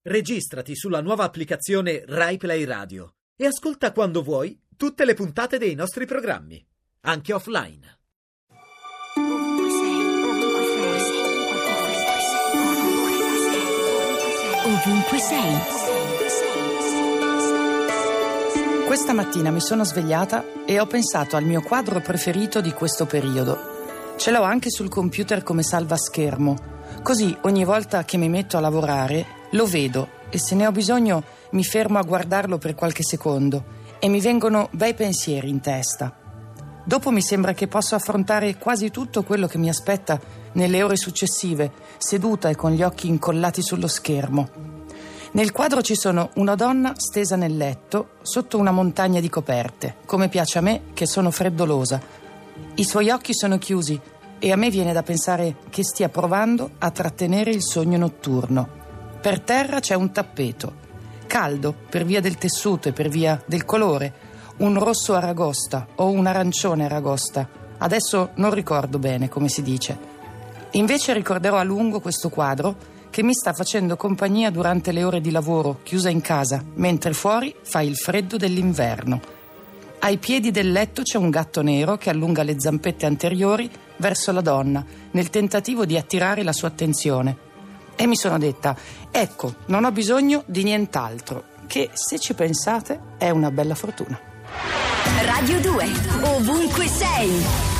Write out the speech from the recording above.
Registrati sulla nuova applicazione Rai Play Radio e ascolta quando vuoi tutte le puntate dei nostri programmi, anche offline. Ovunque sei. Questa mattina mi sono svegliata e ho pensato al mio quadro preferito di questo periodo. Ce l'ho anche sul computer come salvaschermo. Così ogni volta che mi metto a lavorare lo vedo e se ne ho bisogno mi fermo a guardarlo per qualche secondo e mi vengono bei pensieri in testa. Dopo mi sembra che posso affrontare quasi tutto quello che mi aspetta nelle ore successive, seduta e con gli occhi incollati sullo schermo. Nel quadro ci sono una donna stesa nel letto sotto una montagna di coperte, come piace a me che sono freddolosa. I suoi occhi sono chiusi e a me viene da pensare che stia provando a trattenere il sogno notturno. Per terra c'è un tappeto, caldo per via del tessuto e per via del colore, un rosso aragosta o un arancione aragosta. Adesso non ricordo bene come si dice. Invece ricorderò a lungo questo quadro che mi sta facendo compagnia durante le ore di lavoro, chiusa in casa, mentre fuori fa il freddo dell'inverno. Ai piedi del letto c'è un gatto nero che allunga le zampette anteriori verso la donna, nel tentativo di attirare la sua attenzione. E mi sono detta, ecco, non ho bisogno di nient'altro, che se ci pensate è una bella fortuna. Radio 2, ovunque sei.